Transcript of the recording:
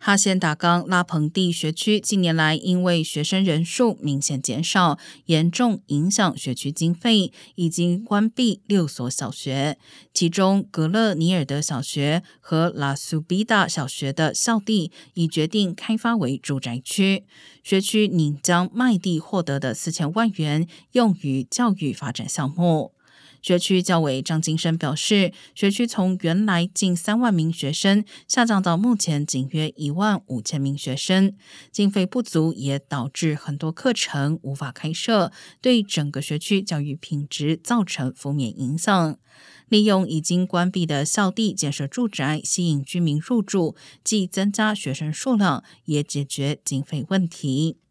哈仙达冈拉彭地学区近年来因为学生人数明显减少，严重影响学区经费，已经关闭6所小学，其中格勒尼尔德小学和拉苏比达小学的校地已决定开发为住宅区，学区拟将卖地获得的4000万元用于教育发展项目。学区教委张金生表示，学区从原来近3万名学生下降到目前仅约15000名学生，经费不足也导致很多课程无法开设，对整个学区教育品质造成负面影响。利用已经关闭的校地建设住宅，吸引居民入住，既增加学生数量，也解决经费问题。